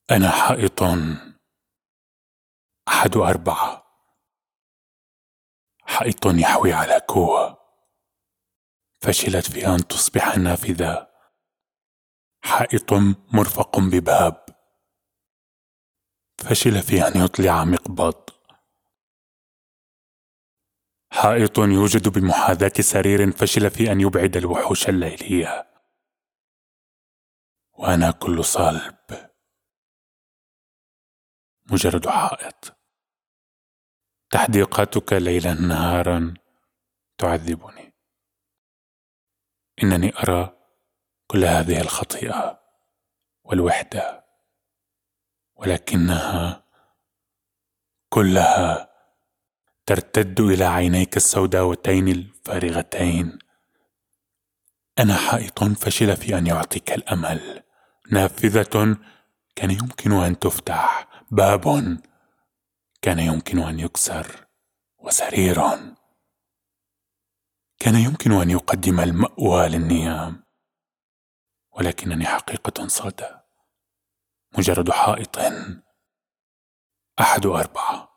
أنا حائط أحد أربعة، حائط يحوي على قوة فشلت في أن تصبح نافذة، حائط مرفق بباب فشل في أن يطلع مقبض، حائط يوجد بمحاذاة سرير فشل في أن يبعد الوحوش الليلية، وأنا كل صلب مجرد حائط. تحديقاتك ليلا نهارا تعذبني. إنني أرى كل هذه الخطيئة والوحدة، ولكنها كلها ترتد إلى عينيك السوداوتين الفارغتين. أنا حائط فشل في أن يعطيك الأمل، نافذة كان يمكن أن تفتح، باب كان يمكن أن يكسر، وسرير كان يمكن أن يقدم المأوى للنيام، ولكنني حقيقة صلدة، مجرد حائط أحد أربعة.